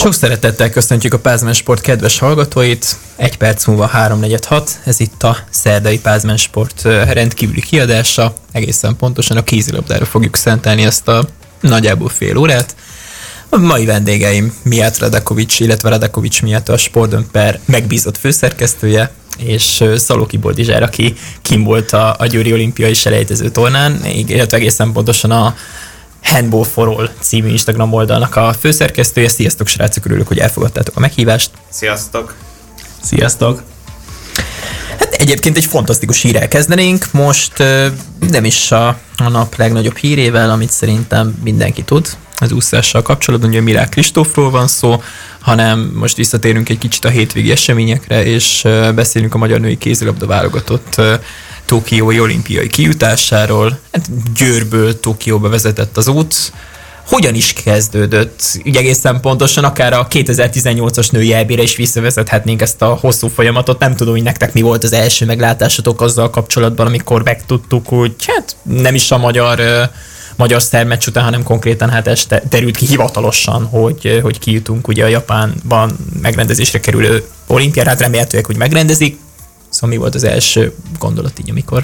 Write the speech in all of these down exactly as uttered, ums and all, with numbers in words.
Sok szeretettel köszöntjük a Pázmány Sport kedves hallgatóit. Egy perc múlva három negyven hat, ez itt a szerdai Pázmány Sport rendkívüli kiadása. Egészen pontosan a kézilabdára fogjuk szentelni ezt a nagyjából fél órát. A mai vendégeim Miját Radakovics, illetve Radakovics Miját, a Sportdömper megbízott főszerkesztője, és Szalóki Boldizsár, aki kim volt a, a Győri olimpiai selejtező tornán, illetve egészen pontosan a Handball for All című Instagram oldalnak a főszerkesztője. Sziasztok, srácok, örülök, hogy elfogadtátok a meghívást. Sziasztok! Sziasztok! Hát egyébként egy fantasztikus hírrel kezdenénk. Most nem is a, a nap legnagyobb hírével, amit szerintem mindenki tud az úszással kapcsolatban, ugye Milák Kristófról van szó, hanem most visszatérünk egy kicsit a hétvégi eseményekre, és beszélünk a magyar női kézilabda válogatott tokiói olimpiai kijutásáról. Hát Győrből Tokióba vezetett az út. Hogyan is kezdődött? Ugye egészen pontosan akár a kétezer-tizennyolcas női é bé-re is visszavezethetnénk ezt a hosszú folyamatot. Nem tudom, hogy nektek mi volt az első meglátásotok azzal kapcsolatban, amikor megtudtuk, hogy hát nem is a magyar uh, magyar szermeccs után, hanem konkrétan hát este derült ki hivatalosan, hogy, hogy kijutunk ugye a Japánban megrendezésre kerülő olimpiára. Hát remélhetőleg, hogy megrendezik. Szóval mi volt az első gondolat így, amikor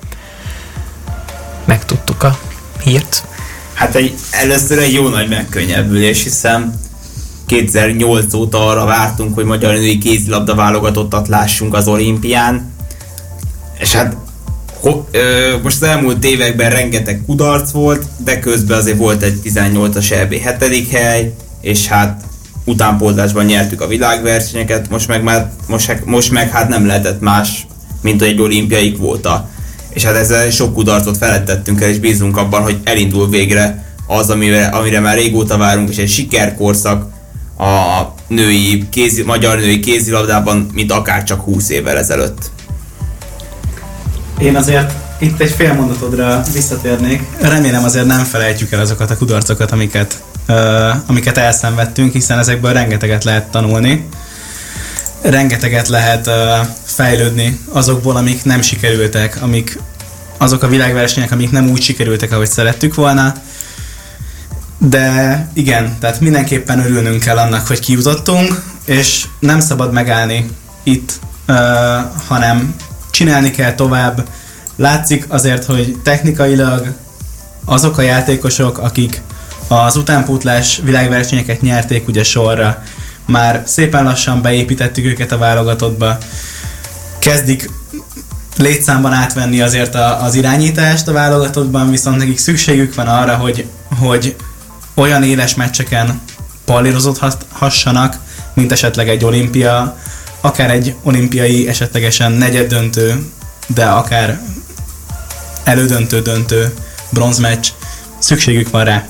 megtudtuk a hírt? Hát egy, először egy jó nagy megkönnyebbülés, hiszen kétezer-nyolc óta arra vártunk, hogy magyar női kézilabda válogatottat lássunk az olimpián, és hát ho, ö, most az elmúlt években rengeteg kudarc volt, de közben azért volt egy tizennyolcas é bé hetedik hely, és hát utánpótlásban nyertük a világversenyeket, most meg, már, most, most meg hát nem lehetett más, mint egy olimpiai kvóta. És hát ezzel sok kudarcot feledtettünk el, és bízunk abban, hogy elindul végre az, amire, amire már régóta várunk, és egy sikerkorszak a női, kézi, magyar női kézilabdában, mint akár csak húsz évvel ezelőtt. Én azért itt egy fél mondatodra visszatérnék. Remélem azért nem felejtjük el azokat a kudarcokat, amiket, uh, amiket elszenvedtünk, hiszen ezekből rengeteget lehet tanulni. Rengeteget lehet uh, fejlődni azokból, amik nem sikerültek, amik azok a világversenyek, amik nem úgy sikerültek, ahogy szerettük volna. De igen, tehát mindenképpen örülnünk kell annak, hogy kijutottunk, és nem szabad megállni itt, uh, hanem csinálni kell tovább. Látszik azért, hogy technikailag azok a játékosok, akik az utánpótlás világversenyeket nyerték ugye sorra, már szépen lassan beépítettük őket a válogatottba, kezdik létszámban átvenni azért a, az irányítást a válogatottban, viszont nekik szükségük van arra, hogy, hogy olyan éles meccseken pallírozódhassanak, mint esetleg egy olimpia, akár egy olimpiai esetlegesen negyeddöntő, de akár elődöntő-döntő bronzmeccs, szükségük van rá.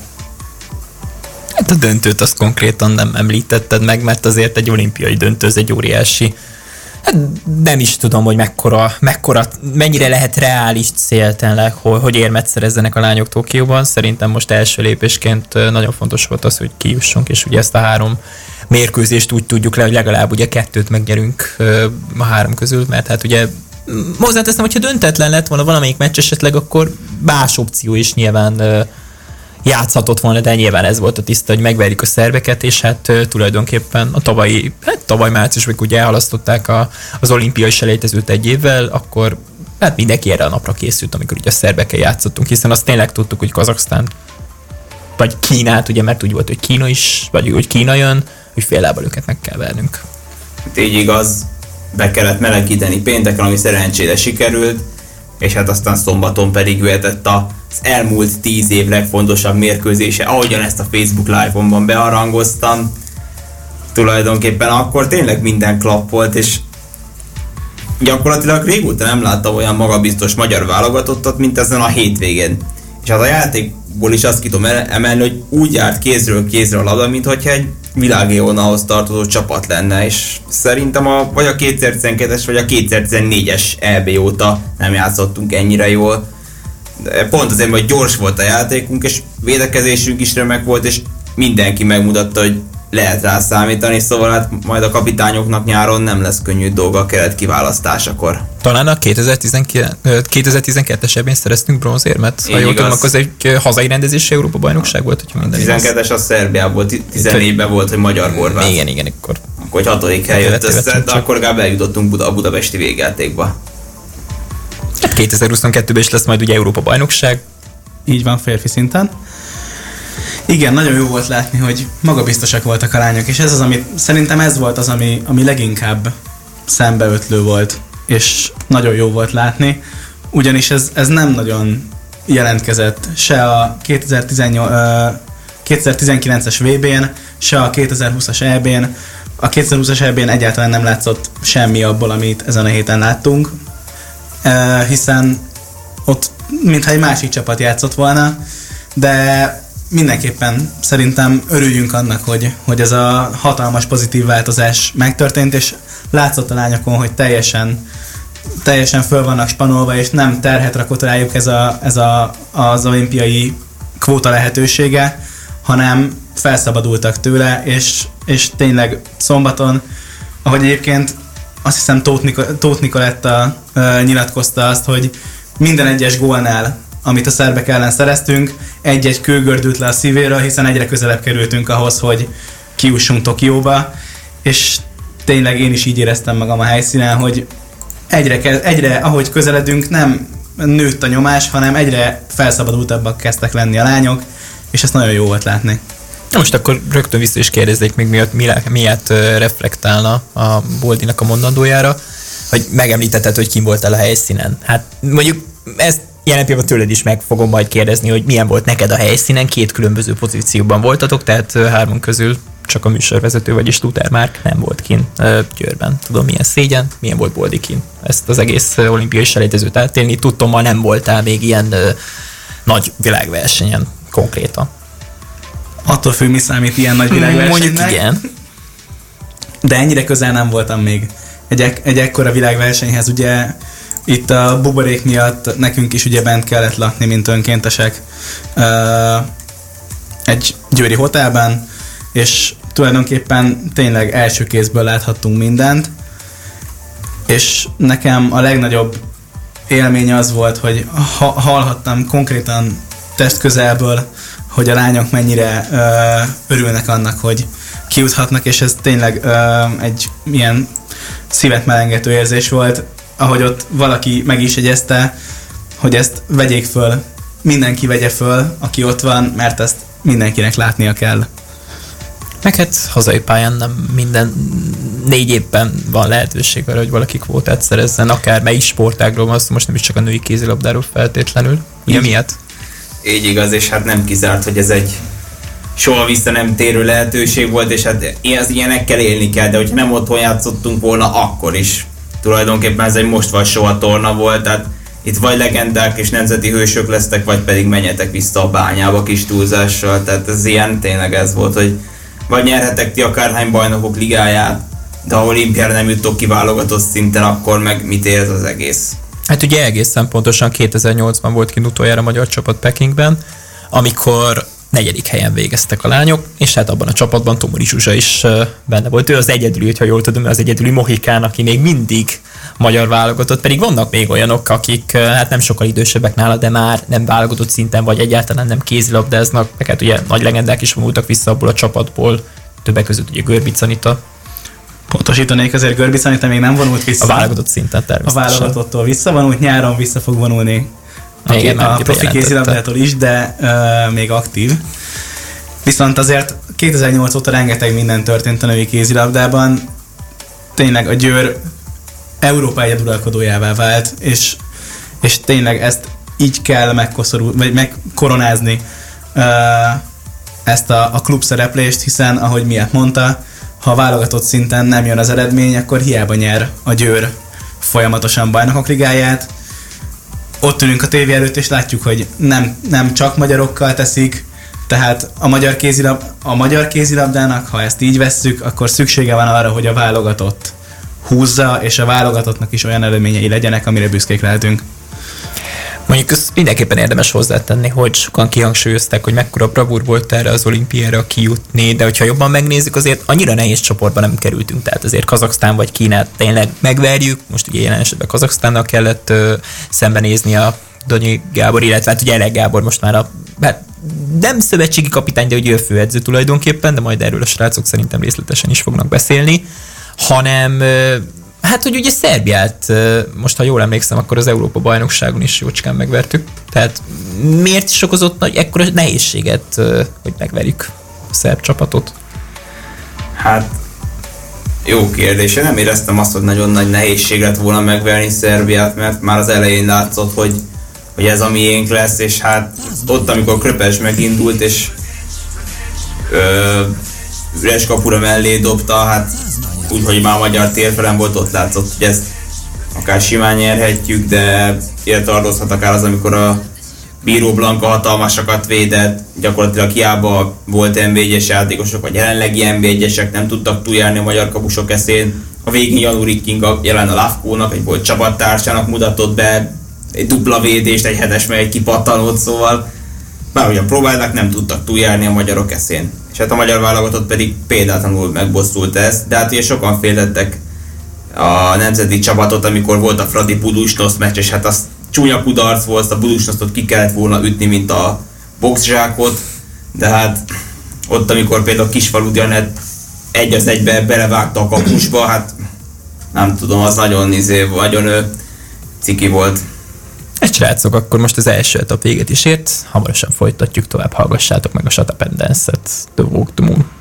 Hát a döntőt azt konkrétan nem említetted meg, mert azért egy olimpiai döntő, ez egy óriási. Hát nem is tudom, hogy mekkora, mekkora, mennyire lehet reális cél tényleg, hogy, hogy érmet szerezzenek a lányok Tokióban. Szerintem most első lépésként nagyon fontos volt az, hogy kijussunk, és ugye ezt a három mérkőzést úgy tudjuk le, hogy legalább ugye kettőt megnyerünk a három közül, mert hát ugye hozzáteszem, hogyha döntetlen lett volna valamelyik meccs esetleg, akkor más opció is nyilván játszhatott volna, de nyilván ez volt a tiszta, hogy megverjük a szerbeket, és hát uh, tulajdonképpen a tavalyi, hát tavaly márciusban ugye elhalasztották a, az olimpiai selejtezőt egy évvel, akkor hát mindenki erre a napra készült, amikor ugye a szerbekkel játszottunk, hiszen azt tényleg tudtuk, hogy Kazaksztán vagy Kínát, ugye, mert úgy volt, hogy Kína is, vagy hogy Kína jön, hogy fél lábbal őket meg kell vernünk. Hát így igaz, be kellett melegíteni pénteken, ami szerencsére sikerült, és hát aztán szombaton pedig jöhetett az elmúlt tíz év legfontosabb mérkőzése, ahogyan ezt a Facebook Live-omban beharangoztam. Tulajdonképpen akkor tényleg minden klappolt, és gyakorlatilag régóta nem láttam olyan magabiztos magyar válogatottat, mint ezen a hétvégén. És hát a játékból is azt ki tudom emelni, hogy úgy járt kézről kézre a labda, mintha egy világéleonhoz tartozó csapat lenne, és szerintem a, vagy a kétezer-tizenkettes vagy a kétezer-tizennégyes é bé óta nem játszottunk ennyire jól. De pont azért, hogy gyors volt a játékunk, és védekezésünk is remek volt, és mindenki megmutatta, hogy lehet rá számítani, szóval hát majd a kapitányoknak nyáron nem lesz könnyű dolga a keret kiválasztásakor. Talán a kétezer-tizenkettes ebben szereztünk bronzérmet. Ha jól tudom, akkor az egy hazai rendezési Európa bajnokság volt, hogyha minden tizenkettes a Szerbiából, tizennégyben volt, hogy magyar-horvát. Igen, igen, akkor. Akkor egy hatodik hely jött össze, de akkor legalább eljutottunk Buda, a budapesti végjátékba. Hát kétezer-huszonkettőben is lesz majd ugye Európa bajnokság. Így van, férfi szinten. Igen, nagyon jó volt látni, hogy magabiztosak voltak a lányok, és ez az, ami, szerintem ez volt az, ami, ami leginkább szembeötlő volt, és nagyon jó volt látni, ugyanis ez, ez nem nagyon jelentkezett se a kétezer-tizenkilences vé bén, se a kétezer-húszas é bén. A kétezer-húszas é bén egyáltalán nem látszott semmi abból, amit ezen a héten láttunk, hiszen ott mintha egy másik csapat játszott volna, de mindenképpen szerintem örüljünk annak, hogy, hogy ez a hatalmas pozitív változás megtörtént, és látszott a lányokon, hogy teljesen, teljesen föl vannak spanolva, és nem terhet rakott rájuk ez, a, ez a, az olimpiai kvóta lehetősége, hanem felszabadultak tőle, és, és tényleg szombaton, ahogy egyébként azt hiszem Tóth, Niko- Tóth Nikoletta uh, nyilatkozta azt, hogy minden egyes gólnál, amit a szerbek ellen szereztünk, egy-egy kő gördült le a szívéről, hiszen egyre közelebb kerültünk ahhoz, hogy kiussunk Tokióba, és tényleg én is így éreztem magam a helyszínen, hogy egyre, egyre ahogy közeledünk, nem nőtt a nyomás, hanem egyre felszabadultabbak kezdtek lenni a lányok, és ezt nagyon jó volt látni. Na most akkor rögtön vissza is kérdezzék még, miatt, miért reflektálna a Boldinak a mondandójára, hogy megemlítetted, hogy kim voltál a helyszínen. Hát mondjuk ezt jelen pillanatban tőled is meg fogom majd kérdezni, hogy milyen volt neked a helyszínen, két különböző pozícióban voltatok, tehát hárman közül csak a műsorvezető, vagyis Luther Márk nem volt kint Győrben. Tudom, milyen szégyen, milyen volt Boldi kint. Ezt az egész olimpiai selejtezőt átélni. Tudtommal nem voltál még ilyen ö, nagy világversenyen konkrétan. Attól függ, mi számít ilyen nagy világversenynek. Mondjuk igen. De ennyire közel nem voltam még egy, egy ekkora világversenyhez. Ugye itt a buborék miatt nekünk is ugye bent kellett lakni, mint önkéntesek egy győri hotelben, és tulajdonképpen tényleg első kézből láthattunk mindent, és nekem a legnagyobb élmény az volt, hogy ha- hallhattam konkrétan testközelből, hogy a lányok mennyire ö, örülnek annak, hogy kijuthatnak, és ez tényleg ö, egy ilyen szívet melengető érzés volt, ahogy ott valaki meg is jegyezte, hogy ezt vegyék föl, mindenki vegye föl, aki ott van, mert ezt mindenkinek látnia kell. Meg hát hazai pályán nem minden négy évben van lehetőség arra, hogy valaki kvótát szerezzen, akár melyik sportágról van, most nem is csak a női kézilabdáról feltétlenül. Ugye miatt? Így igaz, és hát nem kizárt, hogy ez egy soha vissza nem térő lehetőség volt, és hát az ilyenekkel élni kell, de hogyha nem otthon játszottunk volna, akkor is. Tulajdonképpen ez egy most vagy soha torna volt, tehát itt vagy legendák és nemzeti hősök lesztek, vagy pedig menjetek vissza a bányába kis túlzással, tehát ez ilyen tényleg ez volt, hogy vagy nyerhetek ti akárhány bajnokok ligáját, de ha olimpiára nem jutok ki válogatott szinten, akkor meg mit ér az egész? Hát ugye egészen pontosan kétezer-nyolcban volt kint utoljára a magyar csapat Pekingben, amikor negyedik helyen végeztek a lányok, és hát abban a csapatban Tomori Zsuzsa is benne volt. Ő az egyedüli, ha jól tudom, az egyedüli mohikán, aki még mindig magyar válogatott, pedig vannak még olyanok, akik hát nem sokkal idősebbek nála, de már nem válogatott szinten, vagy egyáltalán nem kézilabdáznak, meg hát ugye nagy legendák is vonultak vissza abból a csapatból, többek között ugye Görbic Anita. Pontosítanék, azért Görbic Anita még nem vonult vissza. A válogatott szinten természetesen. A válogatottól visszavonult, nyáron vissza fog vonulni. Igen, a profi kézilabdától is, de uh, még aktív. Viszont azért kétezer-nyolc óta rengeteg minden történt a női kézilabdában. Tényleg a Győr Európa egyeduralkodójává vált, és, és tényleg ezt így kell megkoszorul, vagy megkoronázni uh, ezt a, a klub szereplést, hiszen ahogy Miatt mondta, ha válogatott szinten nem jön az eredmény, akkor hiába nyer a Győr folyamatosan bajnokok ligáját. Ott ülünk a tévé előtt, és látjuk, hogy nem, nem csak magyarokkal teszik, tehát a magyar, kézilab, a magyar kézilabdának, ha ezt így vesszük, akkor szüksége van arra, hogy a válogatott húzza, és a válogatottnak is olyan eredményei legyenek, amire büszkék lehetünk. Mondjuk ezt mindenképpen érdemes hozzátenni, hogy sokan kihangsúlyozták, hogy mekkora bravúr volt erre az olimpiára kijutni, de hogyha jobban megnézzük, azért annyira nehéz csoportban nem kerültünk, tehát azért Kazaksztán vagy Kínát tényleg megverjük, most ugye jelen esetben Kazaksztánnal kellett ö, szembenézni a Donyi Gábor, illetve hát ugye Elek Gábor most már a, hát nem szövetségi kapitány, de ugye ő főedző tulajdonképpen, de majd erről a srácok szerintem részletesen is fognak beszélni, hanem ö, hát, hogy ugye Szerbiát, most ha jól emlékszem, akkor az Európa-bajnokságon is jócskán megvertük. Tehát miért is okozott nagy, ekkora nehézséget, hogy megverjük a szerb csapatot? Hát, jó kérdés. Én nem éreztem azt, hogy nagyon nagy nehézség lett volna megverni Szerbiát, mert már az elején látszott, hogy, hogy ez a miénk lesz, és hát ott, amikor Kröpes megindult, és ö, üres kapura mellé dobta, hát úgyhogy már a magyar térfelem volt, ott látszott, hogy ezt akár simán nyerhetjük, de ilyen tartozhat akár az, amikor a Bíró Blanka hatalmasakat védett, gyakorlatilag hiába volt en bé egyes játékosok, vagy jelenlegi en bé egyesek nem tudtak túljárni a magyar kapusok eszén. A végén Januri King jelen a Lavkónak, egy volt csapattársának mutatott be egy dupla védést, egy hetes meg egy kipattanót, szóval bárhogyan próbálnak, nem tudtak túljárni a magyarok eszén. És hát a magyar válogatott pedig példátlanul megbosszult ezt, de hát ugye sokan féltettek a nemzeti csapatot, amikor volt a Fradi Budusnosz meccs, és hát az csúnya kudarc volt, azt a Budusnosztot ki kellett volna ütni, mint a boxzsákot, de hát ott, amikor például Kisfaludy Anett egy az egybe belevágta a kapusba, hát nem tudom, az nagyon izé, nagyon ő, ciki volt. Egy srácok, akkor most az első etap véget is ért, hamarosan folytatjuk tovább, hallgassátok meg a Shut Up and Dance-et, The Walk the Moon.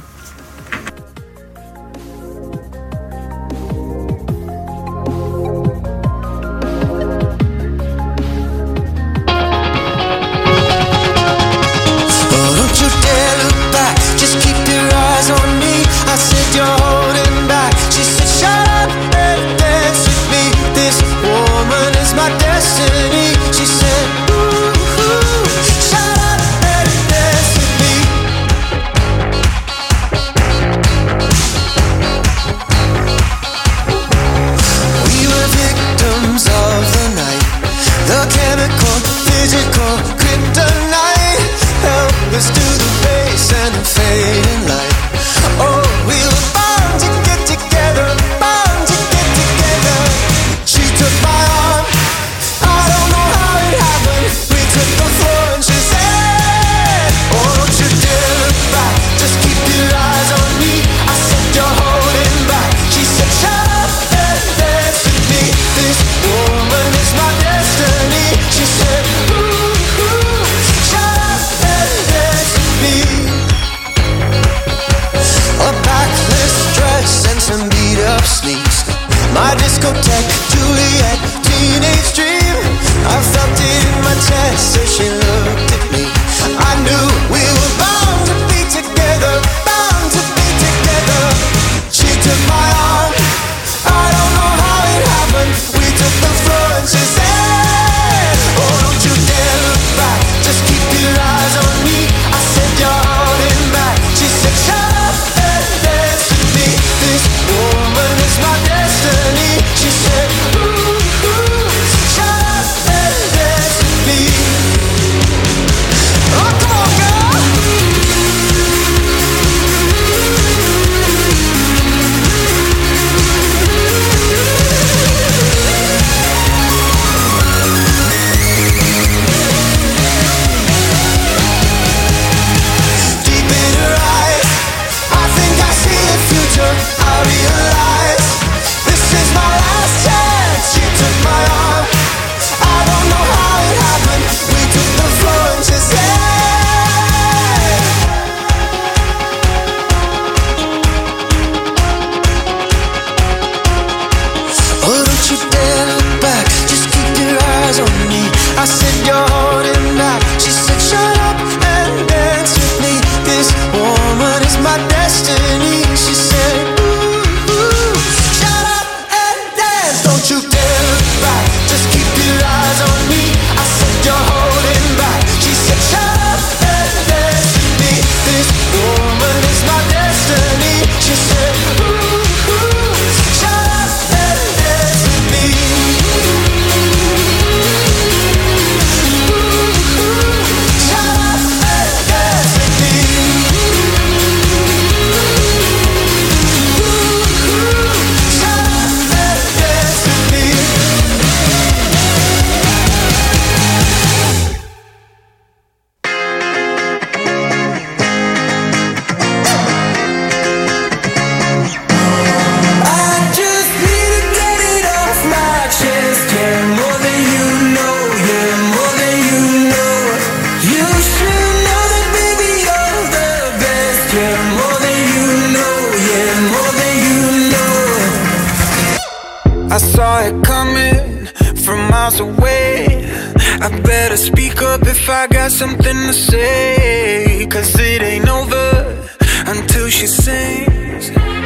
I better speak up if I got something to say, 'cause it ain't over until she sings.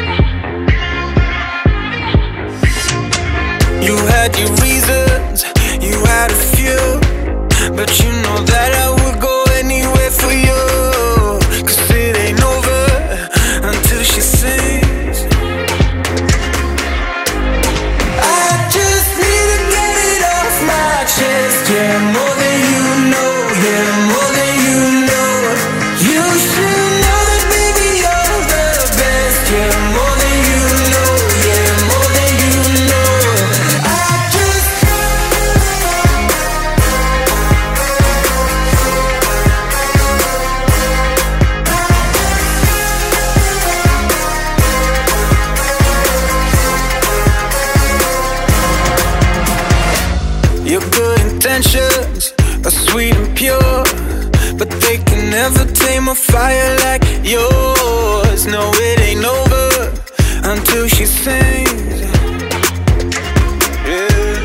You had your reasons, you had a few, but you know that I would go anywhere for you, 'cause it ain't over until she sings. I just need to get it off my chest, yeah, more than you know, yeah, more than you know. You should know that baby you're the best, yeah, more than you know, yeah, more than you know. I just your good intentions are sweet and pure, but they can never tame a fire like yours. No, it ain't over until she sings. Yeah.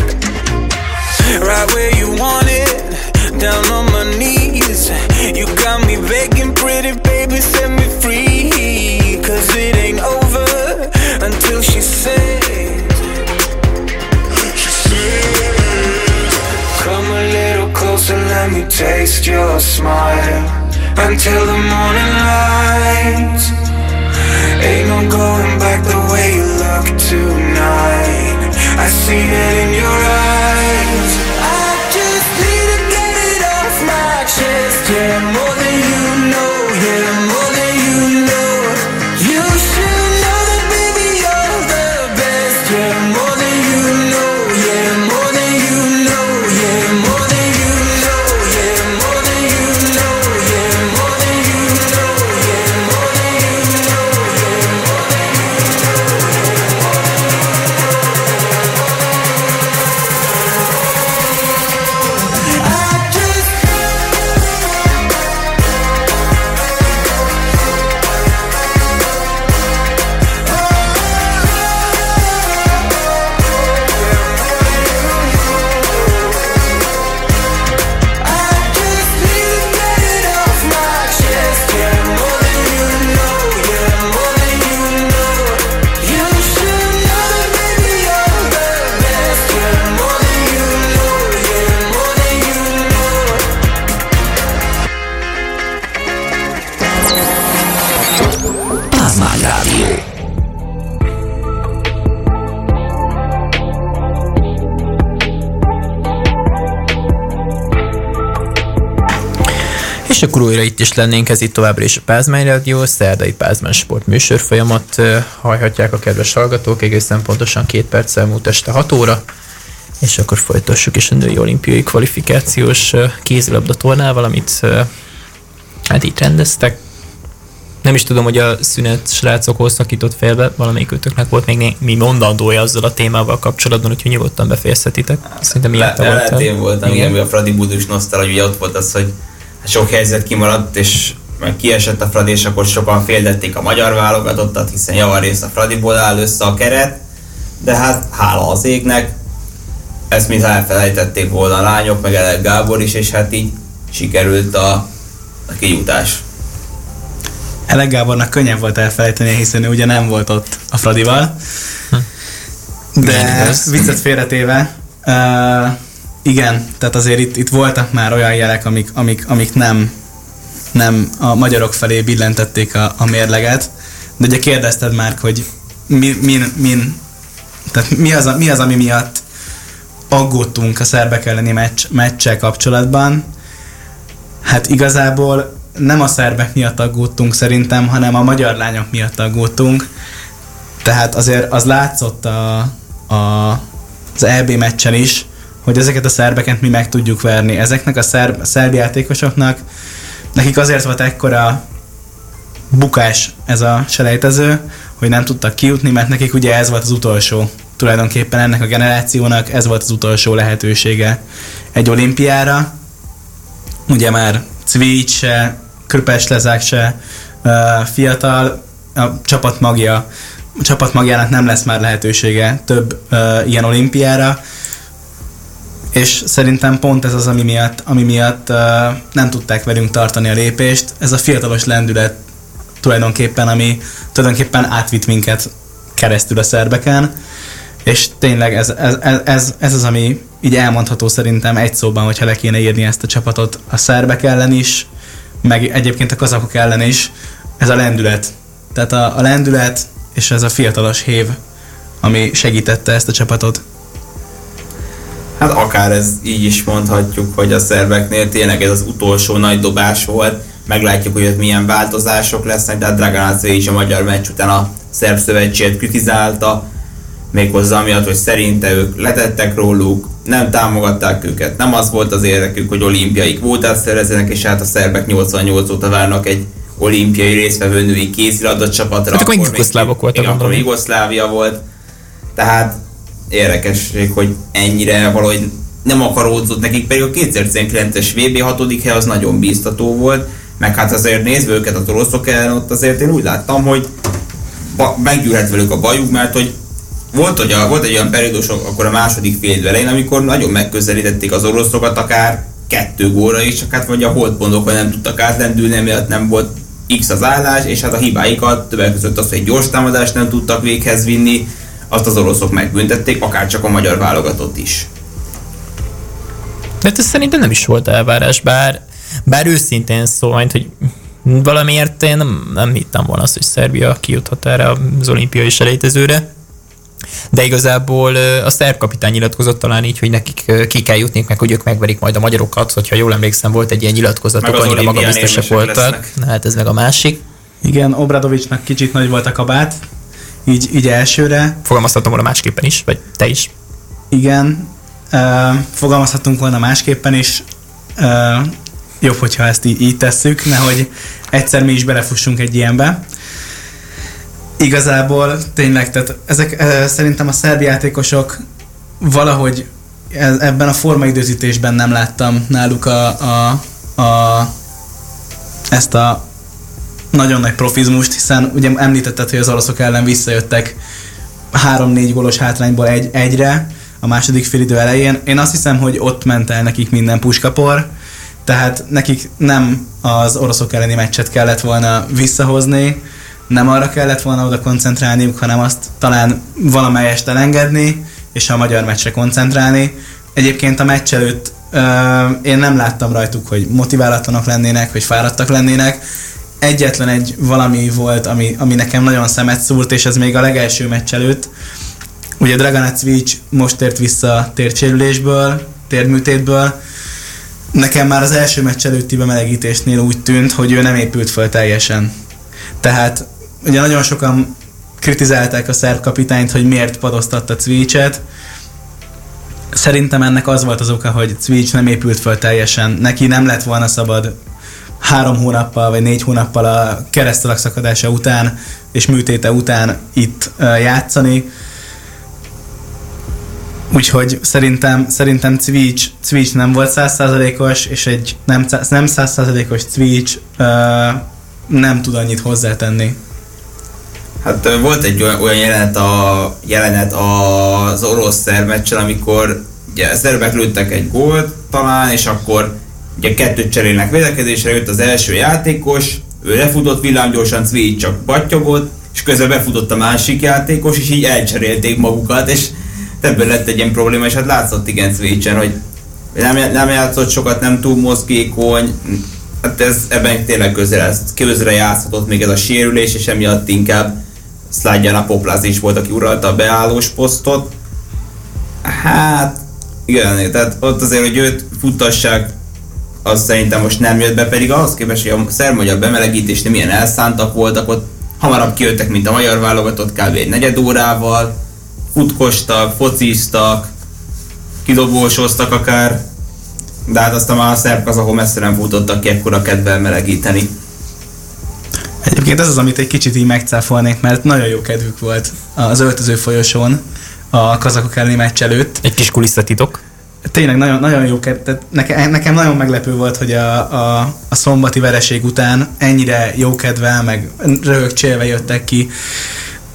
Right where you want it, down on my knees. You got me begging, pretty baby, set me free, 'cause it ain't over until she sings. Come a little closer, let me taste your smile, until the morning light. Ain't no going back the way you look tonight. I see it in your eyes. I just need to get it off my chest, yeah, more than you know, yeah, more than you know. You should know that baby you're the best, yeah, more than you know, yeah, more than you know, yeah, more than you know, yeah, more than you know, yeah, more than you know, yeah, more than you know, yeah, more than I just Pázmány Rádió. És akkor újra itt is lennénk, ez itt továbbra is a Pázmány Rádió, szerdai Pázmány Sport műsorfolyamat hallhatják a kedves hallgatók, egészen pontosan két perccel múlt este hat óra, és akkor folytassuk is a női olimpiai kvalifikációs kézilabda tornával, amit hát így rendeztek. Nem is tudom, hogy a szünet srácok hosszakított félbe, valamelyik ötöknek volt még mi mondandója azzal a témával kapcsolatban, úgyhogy nyugodtan befejezhetitek. Szerintem miatta Le, voltál. Én voltam, igen, a Fradi Budus nosztal, hogy ugye ott volt az, hogy sok helyzet kimaradt, és meg kiesett a Fradi, és akkor sokan féldették a magyar válogatottat, hiszen javarészt a Fradiból áll össze a keret, de hát hála az égnek, ezt mintha elfelejtették volna a lányok, meg Elek Gábor is, és hát így sikerült a, a kijutás. Elek Gábornak könnyebb volt elfelejteni, hiszen ő ugye nem volt ott a Fradival. De viccet félretéve, uh, igen, tehát azért itt, itt voltak már olyan jelek, amik, amik, amik nem, nem a magyarok felé billentették a, a mérleget. De ugye kérdezted már, hogy mi, min, min, tehát mi, az, mi az, ami miatt aggódtunk a szerbek elleni meccs, meccsel kapcsolatban. Hát igazából nem a szerbek miatt aggódtunk szerintem, hanem a magyar lányok miatt aggódtunk. Tehát azért az látszott a, a, az é bé meccsen is, hogy ezeket a szerbeket mi meg tudjuk verni. Ezeknek a szerb, szerb játékosoknak, nekik azért volt ekkora bukás ez a selejtező, hogy nem tudtak kijutni, mert nekik ugye ez volt az utolsó, tulajdonképpen ennek a generációnak ez volt az utolsó lehetősége egy olimpiára. Ugye már Cvics se, Kröpes Lezák se uh, fiatal, a csapat magja, a csapat magjának nem lesz már lehetősége több uh, ilyen olimpiára. és szerintem pont ez az, ami miatt, ami miatt uh, nem tudták velünk tartani a lépést. Ez a fiatalos lendület tulajdonképpen, ami tulajdonképpen átvitt minket keresztül a szerbeken, és tényleg ez, ez, ez, ez az, ami így elmondható szerintem egy szóban, hogyha le kéne írni ezt a csapatot a szerbek ellen is, meg egyébként a kazakok ellen is, ez a lendület. Tehát a, a lendület és ez a fiatalos hév, ami segítette ezt a csapatot. Hát akár ez így is mondhatjuk, hogy a szerbeknél tényleg ez az utolsó nagy dobás volt. Meglátjuk, hogy ott milyen változások lesznek, de a Dragana Cvijic a magyar meccs után a szerb szövetséget kritizálta, méghozzá amiatt, hogy szerinte ők letettek róluk, nem támogatták őket, nem az volt az érdekük, hogy olimpiai kvótát szerezzenek, és hát a szerbek nyolcvannyolc óta várnak egy olimpiai résztvevő női kézilabda csapatra. Hát akkor még jugoszlávok voltak. Igen, akkor Jugoszlávia volt. Tehát érdekesség, hogy ennyire valahogy nem akaródzott nekik, pedig a kétezer-tizenkilences vé bé hatodik hely az nagyon bíztató volt, meg hát azért nézve őket az oroszok ellen, ott azért én úgy láttam, hogy ba- meggyűlhet velük a bajuk, mert hogy volt, hogy a, volt egy olyan periódus akkor a második fél elején, amikor nagyon megközelítették az oroszokat, akár kettő góra is, csak hát vagy a holdpontokon nem tudtak átlendülni, emiatt nem volt X az állás, és hát a hibáikat többek között az, hogy egy gyors támadást nem tudtak véghez vinni, azt az oroszok megbüntették, akár csak a magyar válogatott is. De ez szerintem nem is volt elvárás, bár, bár őszintén szóval, hogy valamiért én nem, nem hittem volna azt, hogy Szerbia kijuthat erre az olimpiai selejtezőre. De igazából a szerb kapitány nyilatkozott talán így, hogy nekik ki kell jutni, meg hogy ők megverik majd a magyarokat, hogyha jól emlékszem, volt egy ilyen nyilatkozatok, annyira magabiztosak voltak. Lesznek. Na hát ez meg a másik. Igen, Obradovicsnak kicsit nagy volt a kabát, így, így elsőre. Fogalmazhatom volna másképpen is, vagy te is. Igen, uh, fogalmazhatunk volna másképpen is. Uh, jobb, hogyha ezt így, így tesszük, nehogy egyszer mi is belefussunk egy ilyenbe. Igazából tényleg, tehát ezek e, szerintem a szerb játékosok valahogy ez, ebben a formaidőzítésben nem láttam náluk a, a, a, ezt a nagyon nagy profizmust, hiszen ugye említetted, hogy az oroszok ellen visszajöttek három-négy gólos hátrányból egy, egyre a második félidő elején. Én azt hiszem, hogy ott ment el nekik minden puskapor, tehát nekik nem az oroszok elleni meccset kellett volna visszahozni, nem arra kellett volna oda koncentrálniuk, hanem azt talán valamelyest elengedni, és a magyar meccsre koncentrálni. Egyébként a meccs előtt ö, én nem láttam rajtuk, hogy motiválatlanok lennének, hogy fáradtak lennének. Egyetlen egy valami volt, ami, ami nekem nagyon szemet szúrt, és ez még a legelső meccs előtt. Ugye Dragana Cvijic most tért vissza térdsérülésből, térdműtétből. Nekem már az első meccs előtti bemelegítésnél úgy tűnt, hogy ő nem épült föl teljesen. Tehát ugye nagyon sokan kritizálták a szerb kapitányt, hogy miért padoztatta Cvijicet. Szerintem ennek az volt az oka, hogy Cvijic nem épült föl teljesen. Neki nem lett volna szabad három hónappal vagy négy hónappal a keresztalak szakadása után és műtéte után itt uh, játszani. Úgyhogy szerintem, szerintem Cvijic, Cvijic nem volt száz százalékos, és egy nem, nem száz százalékos Cvijic uh, nem tud annyit hozzátenni. Hát volt egy olyan jelenet, a, jelenet az orosz-szerb meccsen, amikor ugye a szerbek lőttek egy gólt talán, és akkor ugye kettőt cserélnek védekezésre, jött az első játékos, ő lefutott villámgyorsan, Cvijic csak battyogott, és közben befutott a másik játékos, és így elcserélték magukat, és ebből lett egy ilyen probléma, és hát látszott igen Cvijicen, hogy nem, nem játszott sokat, nem túl mozgékony, hát ez ebben tényleg közre, közre játszhatott még ez a sérülés, és emiatt inkább Szládján Poplász is volt, aki uralta a beállós posztot. Hát, igen, tehát ott azért, hogy őt futtassák, az szerintem most nem jött be, pedig ahhoz képest, hogy a szerb-magyar bemelegítésnél milyen elszántak voltak, ott hamarabb kijöttek, mint a magyar válogatott, kb. Egy negyed órával, futkostak, fociztak, kidobósoztak akár, de hát aztán már a szerb-kazakok messze nem futottak ki ekkora kedvel melegíteni. Egyébként ez az, amit egy kicsit így megcáfolnék, mert nagyon jó kedvük volt az öltöző folyosón a kazakok elleni meccs előtt. Egy kis kulisszatitok. Tényleg nagyon, nagyon jó kedv, nekem, nekem nagyon meglepő volt, hogy a, a, a szombati vereség után ennyire jó kedvel, meg röhögcsélve jöttek ki.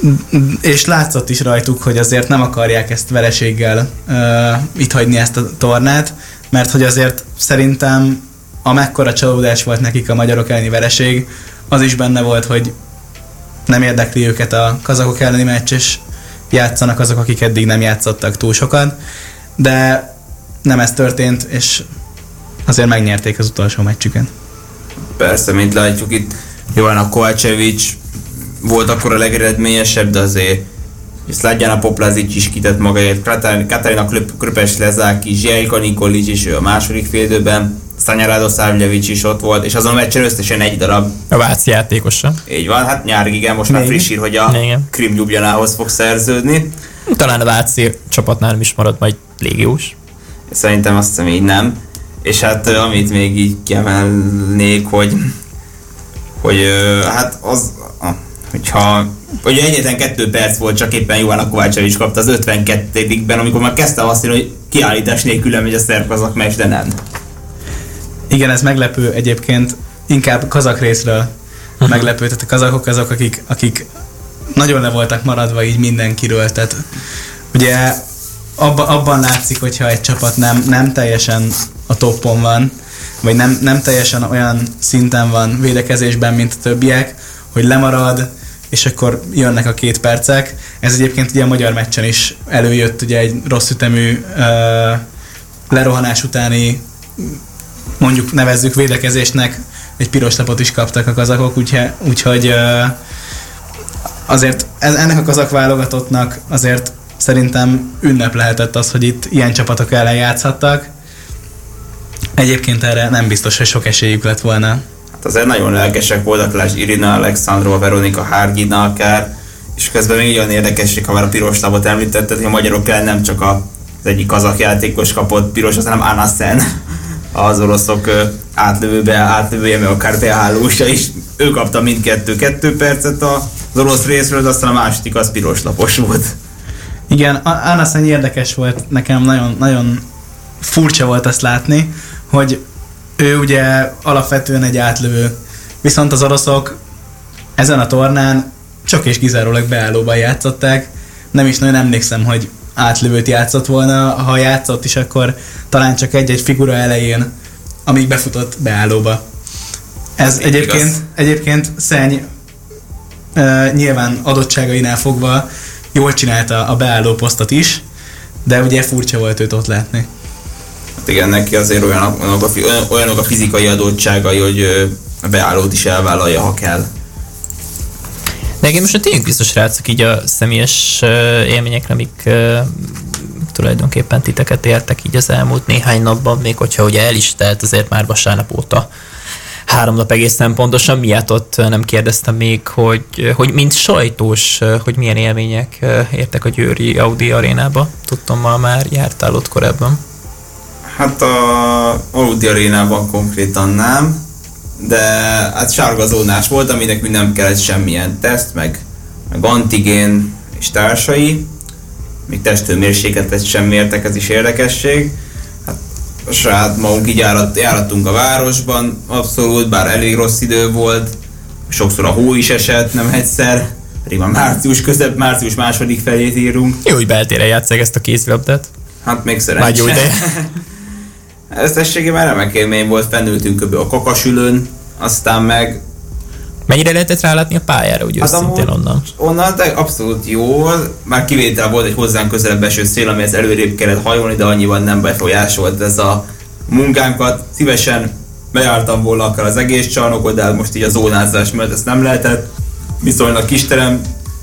és látszott is rajtuk, hogy azért nem akarják ezt vereséggel uh, itt hagyni ezt a tornát, mert hogy azért szerintem amekkora csalódás volt nekik a magyarok elleni vereség, az is benne volt, hogy nem érdekli őket a kazakok elleni meccs, és játszanak azok, akik eddig nem játszottak túl sokat, de nem ez történt, és azért megnyerték az utolsó meccsüket. Persze, mint látjuk itt, Jovan Kovacevic volt akkor a legeredményesebb, de azért Szladjana Poplazic is kitett magáért, Katarina Kröpes Lezáki, Zsielka Nikolic is ő a második félidőben, Szanyarádó Szávljevics is ott volt, és azon a meccsen összesen egy darab. A Váci játékosa. Így van, hát nyárig igen, most már friss ír, hogy a Krim Ljubljanához fog szerződni. Talán a Váci csapatnál nem is marad majd légiós. Szerintem azt hiszem így nem. És hát amit még így kiemelnék, hogy hogy hát az, hogyha ugye egyetlen kettő perc volt, csak éppen Jovan Kovacevic kapta az ötvenkettedikben, amikor már kezdtem azt mondani, hogy kiállítás nélkül megy a szerb-kazak meccs, de nem. Igen, ez meglepő egyébként, inkább kazak részről uh-huh. meglepő, tehát a kazakok azok, akik, akik nagyon le voltak maradva így mindenkiről, tehát ugye abba, abban látszik, hogyha egy csapat nem, nem teljesen a toppon van, vagy nem, nem teljesen olyan szinten van védekezésben, mint a többiek, hogy lemarad, és akkor jönnek a két percek. Ez egyébként ugye a magyar meccsen is előjött, ugye egy rossz ütemű uh, lerohanás utáni, mondjuk nevezzük védekezésnek, egy piros lapot is kaptak a kazakok, úgyhogy, úgyhogy uh, azért ennek a kazak válogatottnak azért szerintem ünnep lehetett az, hogy itt ilyen csapatok ellen játszhattak. Egyébként erre nem biztos, hogy sok esélyük lett volna. Hát azért nagyon lelkesek voltak, lásd Irina Alexandrova, Veronika Hargina akár, és közben még olyan érdekesség, ha már a piros lapot említetted, hogy a magyarok ellen nem csak az egyik kazak játékos kapott piros, hanem Anna Sen, az oroszok átlövőbe, átlövője, meg akár beállósa is. Ő kapta mindkettő kettő percet az orosz részről, de aztán a második az piros lapos volt. Igen, Anna Sen érdekes volt, nekem nagyon, nagyon furcsa volt azt látni, hogy ő ugye alapvetően egy átlövő, viszont az oroszok ezen a tornán csak és kizárólag beállóban játszották, nem is nagyon emlékszem, hogy átlövőt játszott volna, ha játszott is, akkor talán csak egy-egy figura elején, amíg befutott beállóba. Ez egyébként, egyébként Szenny uh, nyilván adottságainál fogva jól csinálta a beálló posztot is, de ugye furcsa volt őt ott látni. Hát igen, neki azért olyanok, olyanok, a, olyanok a fizikai adottságai, hogy a beállót is elvállalja, ha kell. De igen, most tényleg biztos srácok így a személyes élményekre, amik uh, tulajdonképpen titeket értek így az elmúlt néhány napban, még hogyha ugye el is telt azért már vasárnap óta három nap egészen pontosan, miatt ott nem kérdeztem még, hogy, hogy mint sajtós, hogy milyen élmények értek a győri Audi arénába. Tudtam, ma már jártál ott korábban. Hát a Audi arénában konkrétan nem, de hát sárgazónás volt, aminek nem kellett semmilyen teszt, meg, meg antigén és társai, még testhőmérsékletet sem mértek, ez is érdekesség. Hát a saját magunk így járat, járatunk a városban, abszolút, bár elég rossz idő volt, sokszor a hó is esett, nem egyszer, pedig már március közep, március második felét írunk. Jó, hogy beltére játsszák ezt a kézilabdát. Hát még szerencsé. Összességében remek élmény volt, fennültünk kb. A Kakasülön, aztán meg... Mennyire lehetett rálátni a pályára, úgy hát őszintén onnan? Onnan, de abszolút jól, már kivétel volt egy hozzánk közelebb eső szél, amihez előrébb kellett hajolni, de annyiban nem befolyásolt ez a munkánkat. Szívesen bejártam volna akár az egész csarnokot, de most így a zónázás miatt ezt nem lehetett. Viszonylag kis terem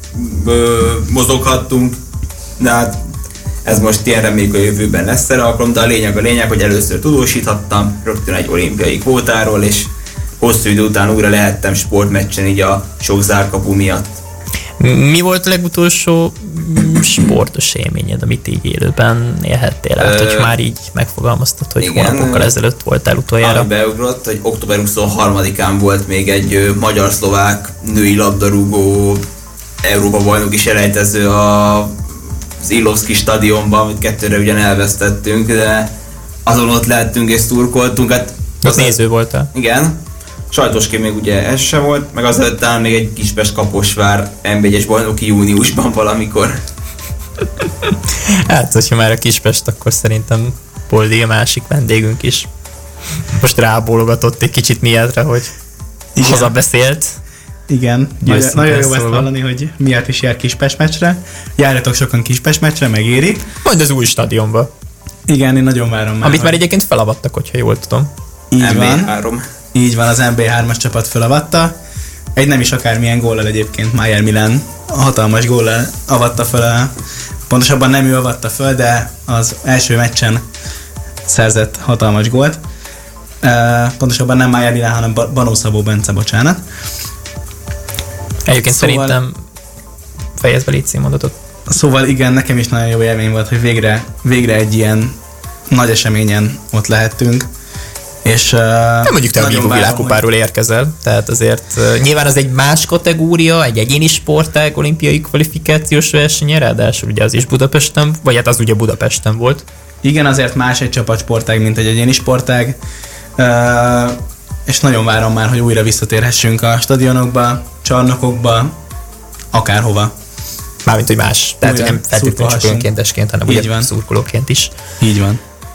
mozoghattunk, de hát ez most ilyen, reméljük a jövőben lesz erre alkalom, de a lényeg a lényeg, hogy először tudósíthattam rögtön egy olimpiai kvótáról, és hosszú idő után újra lehettem sportmeccsen így a sok zárkapu miatt. Mi volt a legutolsó sportos élményed, amit így élőben élhettél át, hogy már így megfogalmaztad, hogy igen, hónapokkal ezelőtt voltál utoljára? Ami beugrott, hogy október huszonharmadikán volt még egy magyar-szlovák női labdarúgó Európa-bajnoki selejtező a az Illovszki stadionban, amit kettőre ugyan elvesztettünk, de azon ott lehettünk és szurkoltunk. Hát ott néző voltál? Igen. Sajtosként még ugye ez se volt, meg azelőtt talán még egy Kispest Kaposvár en bé egyes bajnoki júniusban valamikor. Hát, hogyha már a Kispest, akkor szerintem Poldi a másik vendégünk is. Most rábólogatott egy kicsit miattra, hogy Igen. hazabeszélt. Igen, nagyon, Győztünk nagyon jó ezt ezt szólva. hallani, hogy miért is jár Kispest meccsre. Járjatok sokan Kispest meccsre, megéri. Majd az új stadionba. Igen, én nagyon várom már. Amit hogy- már egyébként felavattak, hogyha jól tudom. Így en bé van. három. Így van, az en bé hármas csapat felavatta. Egy nem is akármilyen góllal egyébként Mayer Milan hatalmas góllal avatta fel a, pontosabban nem ő avatta föl, de az első meccsen szerzett hatalmas gólt. Uh, pontosabban nem Mayer Milan, hanem Ba- Banó Szabó Bence, bocsánat. Egyébként Szóval- szerintem fejezd be légy színmondatot. Szóval igen, nekem is nagyon jó élmény volt, hogy végre, végre egy ilyen nagy eseményen ott lehettünk. És, uh, Nem mondjuk te a Vivo világkupáról érkezel, tehát azért uh, nyilván az egy más kategória, egy egyéni sportág olimpiai kvalifikációs versenye, ráadásul ugye az is Budapesten, vagy hát az ugye Budapesten volt. Igen, azért más egy csapatsportág, mint egy egyéni sportág. Uh, és nagyon várom már, hogy újra visszatérhessünk a stadionokba, csarnokokba, akárhova. Mármint, hogy más. Tehát Újra nem feltétlenül csak szurkolhassunk. önkéntesként, hanem Így ugye van. szurkolóként is. Így van.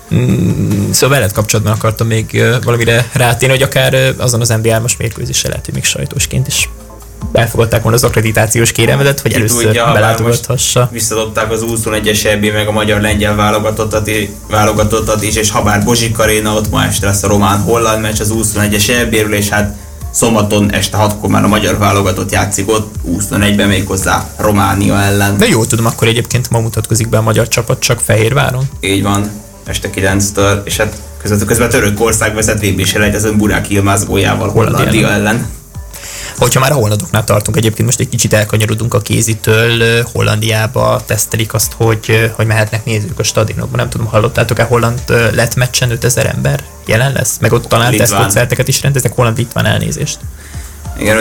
Mm, szóval veled kapcsolatban akartam még uh, valamire rátérni, hogy akár uh, azon az en bé hármas mérkőzéssel lehet, hogy még sajtósként is elfogadták volna az akkreditációs kérelmedet, hogy Ki először tudja, ha már belátogathassa. Visszadobták az huszonegyes é bé meg a magyar-lengyel válogatottat, i- válogatottat is, és habár Bozsik Aréna, ott ma este lesz a román-holland meccs az huszonegyes é béről, és hát szombaton este hatkor már a magyar válogatott játszik ott huszonegyben méghozzá Románia ellen. De jól tudom, akkor egyébként ma mutatkozik be a magyar csapat csak Fehérváron. Így van, este kilenctől, és hát közben, közben Törökország vezet vé bé selejtezőn Burák Yilmaz góljával Hollandia Hollandia ellen. ellen. Hogyha már a hollandoknál tartunk, egyébként most egy kicsit elkanyarodunk a kézitől, Hollandiába tesztelik azt, hogy, hogy mehetnek nézők a stadionokba. Nem tudom, hallottátok-e, holland lett meccsen ötezer ember jelen lesz? Meg ott talán Litván. tesztkoncerteket is rendeznek, holland-litván elnézést. Igen,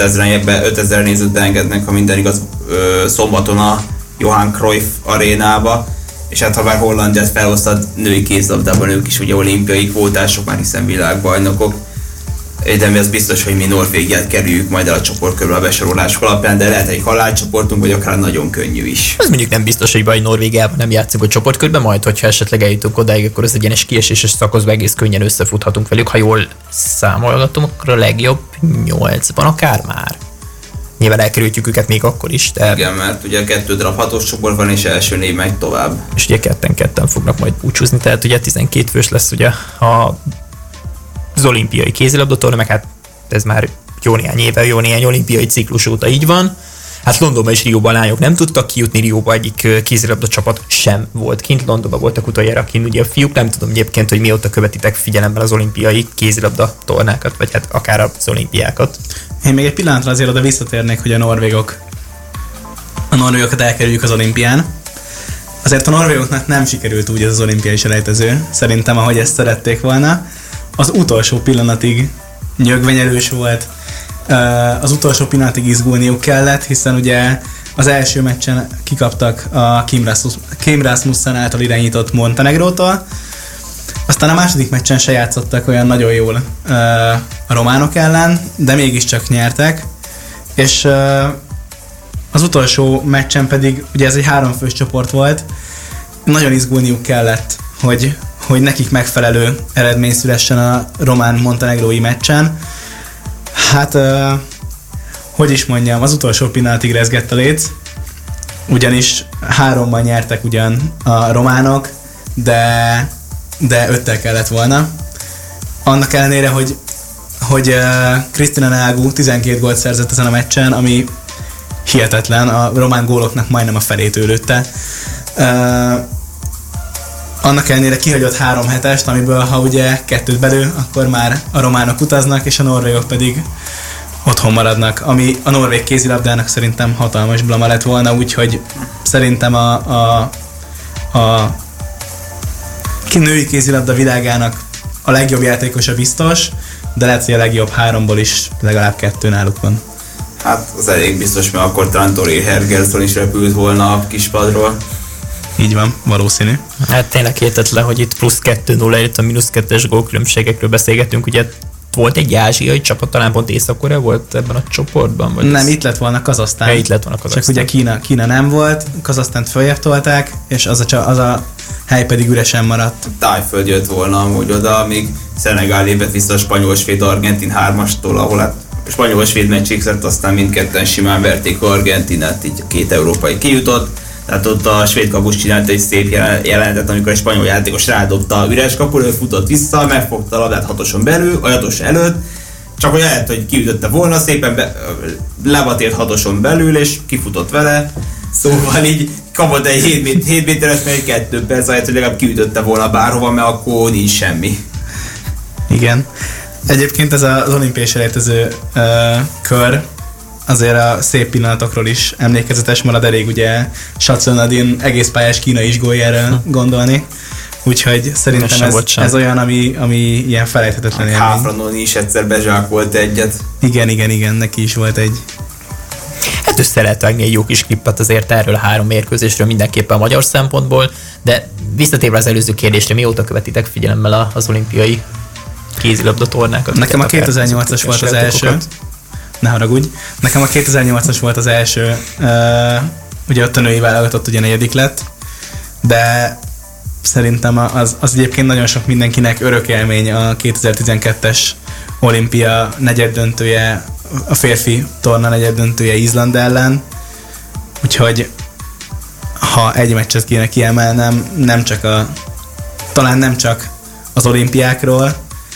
ötezer nézőt beengednek, ha minden igaz, ö, szombaton a Johan Cruyff arénába, és hát ha már Hollandiát felosztad női kézlabdában, ők is ugye olimpiai kvótások, már hiszen világbajnokok. De mi az biztos, hogy mi Norvégiát kerüljük majd el a csoportkörül a besorolások alapján, de lehet egy halálcsoportunk, vagy akár nagyon könnyű is. Ez mondjuk nem biztos, hogy baj, Norvégiában nem játszunk a csoportkörben, majd hogyha esetleg eljutunk odáig, akkor az egyenes kieséses szakaszban egész könnyen összefuthatunk velük. Ha jól számolgatom, akkor a legjobb nyolcban akár már. Nyilván elkerültjük őket még akkor is, de Igen, mert ugye kettő darab hatos csoport van, és első név megy tovább. és ugye ketten-ketten fognak majd búcsúzni, tehát ugye tizenkét fős lesz ugye a az olimpiai kézilabdatorna, meg hát ez már jó néhány éve, jó néhány olimpiai ciklus óta így van. Hát Londonban és Rióban a lányok nem tudtak kijutni, Rióban egyik kézilabda csapat sem volt kint, Londonban voltak utoljára kint ugye a fiúk, nem tudom egyébként, hogy mióta követitek figyelemben az olimpiai kézilabda tornákat, vagy hát akár az olimpiákat. Én még egy pillanatra azért oda visszatérnék, hogy a norvégok a norvégokat elkerüljük az olimpián. Azért a norvégoknak nem sikerült úgy ez az olimpiai selejtező, szerintem, ahogy ezt szerették volna. Az utolsó pillanatig nyögvenyelős volt, az utolsó pillanatig izgulniuk kellett, hiszen ugye az első meccsen kikaptak a Kim Rasmussen által irányított Montenegrótól, aztán a második meccsen se játszottak olyan nagyon jól a románok ellen, de mégiscsak nyertek, és az utolsó meccsen pedig, ugye ez egy háromfős csoport volt, nagyon izgulniuk kellett, hogy, hogy nekik megfelelő eredmény szülessen a román-montenegrói meccsen. Hát, uh, hogy is mondjam, az utolsó pillanatig rezgett a léc, ugyanis hárommal nyertek ugyan a románok, de, de öttel kellett volna. Annak ellenére, hogy, hogy Krisztina Nágu tizenkét gólt szerzett ezen a meccsen, ami hihetetlen, a román góloknak majdnem a felét ő lőtte. Uh, annak ellenére kihagyott három hetest, amiből ha ugye kettőt belő, akkor már a románok utaznak, és a norvégok pedig otthon maradnak, ami a norvég kézilabdának szerintem hatalmas blama lett volna, úgyhogy szerintem a, a, a női kézilabda világának a legjobb játékosa biztos, de lehet, hogy a legjobb háromból is legalább kettő náluk van. Hát az elég biztos, mert akkor talán Tori Hergersson is repült volna a kispadról. Így van, valószínű. Hát tényleg hihetetlen, hogy itt plusz kettő nulla, itt a mínusz kettes gólkülönbségekről beszélgetünk, ugye volt egy ázsiai csapat, talán pont Észak-Korea volt ebben a csoportban? Vagy nem, ez... itt lett volna Kazahsztán. Ja, itt lett volna Kazahsztán. Csak ugye Kína, Kína nem volt, Kazahsztánt följebb tolták, és az a, az a hely pedig üresen maradt. Tájföld jött volna amúgy oda, amíg Szenegál lépett vissza a spanyol-svéd-argentin hármastól, ahol hát a spanyol-svéd meccsig lett, aztán mindketten simán verték Argentinát, így a két európai kijutott. Tehát ott a svéd kapus csinált egy szép jelenetet, amikor a spanyol játékos rádobta a üres kapura, ő futott vissza, megfogta a labdát hatoson belül, a hatos előtt, csak hogy lehet, hogy kiütötte volna, szépen be, levatért hatoson belül, és kifutott vele. Szóval így kapott egy hét méteres, mert egy kettő perc, ahelyett, hogy legalább kiütötte volna bárhova, mert akkor nincs semmi. Igen. Egyébként ez az olimpiai selejtező uh, kör azért a szép pillanatokról is emlékezetes marad, elég ugye Shatsunadin egész pályás kínai is góljára gondolni. Úgyhogy szerintem ez, ez olyan, ami, ami ilyen felejthetetlen élmény. Háfranoni is egyszer bezsákolt egyet. Igen, igen, igen, neki is volt egy. Hát össze lehet vágni egy jó kis klippet azért erről a három mérkőzésről mindenképpen a magyar szempontból, de visszatérve az előző kérdésre, mióta követitek figyelemmel az olimpiai kézilabda tornákat? Nekem a kétezer-nyolcas volt az első. Ne haragudj. Nekem a kétezer-nyolcas volt az első. Uh, ugye ott a női válogatott ugye negyedik lett, de szerintem az, az egyébként nagyon sok mindenkinek örök élmény a kétezer-tizenkettes olimpia negyeddöntője, a férfi torna negyeddöntője Izland ellen. Úgyhogy ha egy meccset kéne kiemelnem, nem csak a talán nem csak az olimpiákról,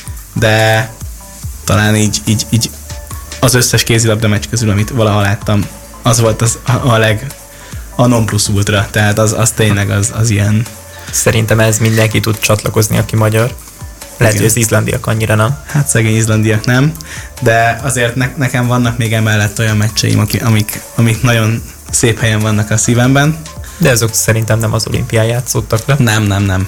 de talán így, így, így az összes kézilabda meccs közül, amit valaha láttam, az volt az a, a leg a non plus ultra, tehát az, az tényleg az, az ilyen. Szerintem ez mindenki tud csatlakozni, aki magyar. Lehet, hogy az izlandiak annyira nem. Hát szegény izlandiak nem, de azért ne, nekem vannak még emellett olyan meccseim, amik, amik nagyon szép helyen vannak a szívemben. De azok szerintem nem az olimpián játszottak le. Nem, nem, nem.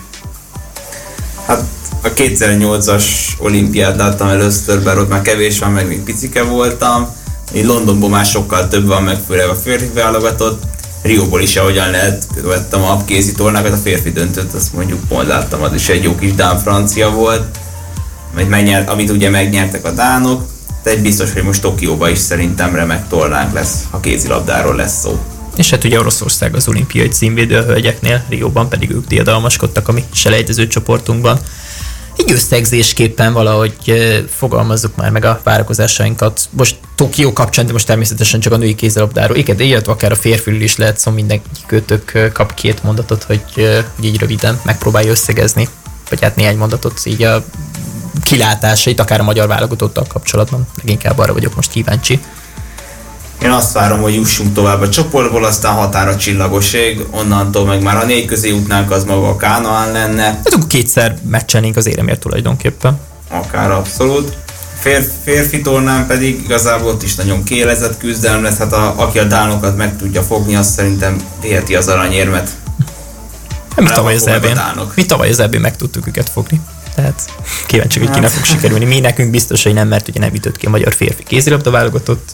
Hát a kétezer-nyolcas olimpiát láttam először, bár ott már kevés van, meg még picike voltam. Így Londonban már sokkal több van, meg főleg a férfi válogatott. Rióból is, ahogyan lehet, vettem a kézi tornákat, a férfi döntőt, azt mondjuk pont láttam, az is egy jó kis dán-francia volt, megnyert, amit ugye megnyertek a dánok, de egy biztos, hogy most Tokióban is szerintem remek tornánk lesz, ha kézilabdáról lesz szó. És hát ugye Oroszország az olimpiai címvédő a hölgyeknél, Rióban pedig ők diadalmaskodtak a mi selejtező csoportunkban. Így összegzésképpen valahogy fogalmazzuk már meg a várakozásainkat. Most Tokió kapcsán, de most természetesen csak a női kézilabdáról, illetve akár a férfiről is lehet, szóval mindenki kötök kap két mondatot, hogy, hogy így röviden megpróbálja összegezni, vagy hát néhány mondatot így a kilátásait, akár a magyar válogatottal kapcsolatban. Leginkább arra vagyok most kíváncsi. Én azt várom, hogy jussunk tovább a csoportból, aztán határa csillagoség, onnantól meg már a négy közé jutnánk, az maga a Kánaán lenne. Hát akkor kétszer meccselnénk az éremért tulajdonképpen. Akár abszolút. Fér, férfi tornán pedig igazából ott is nagyon kiélezett küzdelem lesz, hát a, aki a dánokat meg tudja fogni, azt szerintem viheti az aranyérmet. Mi tavaly az elbén, mi tavaly az elbén meg tudtuk őket fogni. Tehát kíváncsi, hogy kinek fog sikerülni. Mi nekünk biztos, hogy nem, mert ugye nem ütött ki a magyar férfi kézilabda válogatott.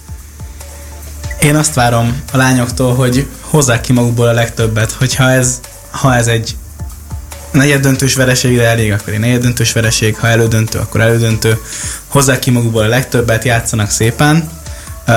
Én azt várom a lányoktól, hogy hozzák ki magukból a legtöbbet, hogyha ez, ha ez egy negyeddöntős vereségre elég, akkor egy negyeddöntős vereség, ha elődöntő, akkor elődöntő. Hozzák ki magukból a legtöbbet, játszanak szépen, uh,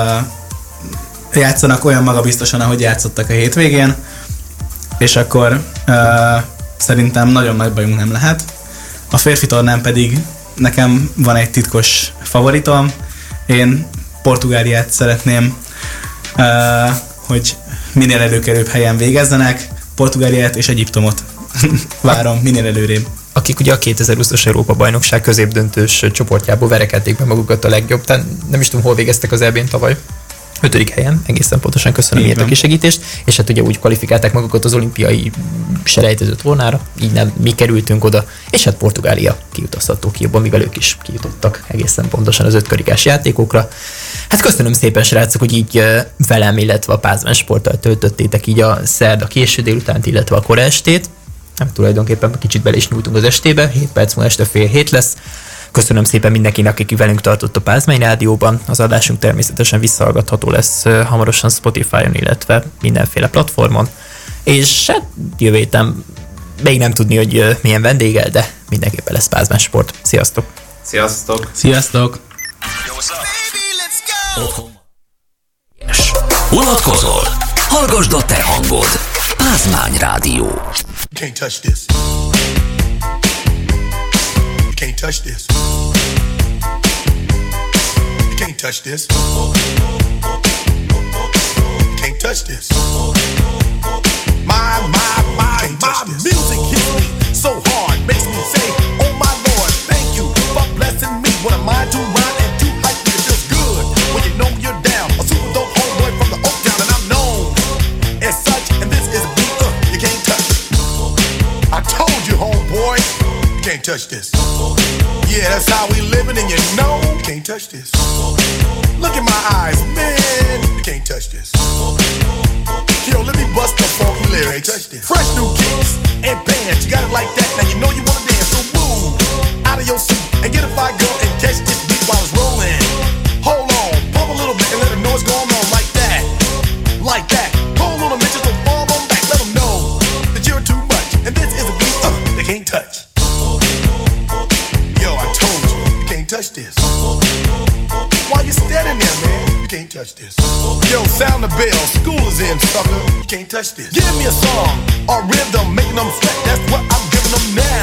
játszanak olyan magabiztosan, ahogy játszottak a hétvégén, és akkor uh, szerintem nagyon nagy bajunk nem lehet. A férfi tornán pedig nekem van egy titkos favoritom, én Portugáliát szeretném, uh, hogy minél előkerülőbb helyen végezzenek, Portugáliát és Egyiptomot várom minél előrébb. Akik ugye a kétezer-húszas Európa-bajnokság középdöntős csoportjából verekedték be magukat a legjobb, tehát nem is tudom, hol végeztek az EB-n tavaly. Ötödik helyen, egészen pontosan köszönöm miért a kisegítést, és hát ugye úgy kvalifikálták magukat az olimpiai selejtező tornára, így nem mi kerültünk oda, és hát Portugália kijutasztott Tokióba, mivel ők is kijutottak egészen pontosan az ötkarikás játékokra. Hát köszönöm szépen, srácok, hogy így velem, illetve a Pázmány Sporttal töltöttétek így a szerda késő délutánt, illetve a kora estét. Nem tulajdonképpen kicsit bele is nyújtunk az estébe, hét perc múlva este fél hét lesz. Köszönöm szépen mindenkinek, aki velünk tartott a Pázmány Rádióban. Az adásunk természetesen visszahallgatható lesz hamarosan Spotify-on, illetve mindenféle platformon. És hát jövő héten még nem tudni, hogy milyen vendéggel, de mindenképpen lesz Pázmány Sport. Sziasztok! Sziasztok! Sziasztok! Unatkozol? Hallgasd a te hangod! Pázmány Rádió. You can't touch this. You can't touch this. You can't touch this. You can't touch this. My, my, my, my music hits me so hard, makes me say, oh my Lord, thank you for blessing me. What am I to rhyme and to hype me? It feels good when you know you're down. A super dope homeboy from the Oak Town, and I'm known as such. And this is a beat uh, you can't touch. I told you, homeboy, you can't touch this. Yeah, that's how we living, and you know you can't touch this. Look in my eyes, man, you can't touch this. Yo, let me bust the funky lyrics. Fresh new kicks and bands, you got it like that. Now you know you wanna dance, so move out of your seat and get a fire girl and catch this beat while it's rolling. Hold on, pump a little bit and let them know what's going on like that, like that. Hold on a minute, just don't fall on back. Let them know that you're too much, and this is a beat uh, they can't touch. Yo, I told you, you can't touch this. Why you standing there, man? You can't touch this. Yo, sound the bell, school is in, sucker. You can't touch this. Give me a song or rhythm, making them sweat. That's what I'm giving them now.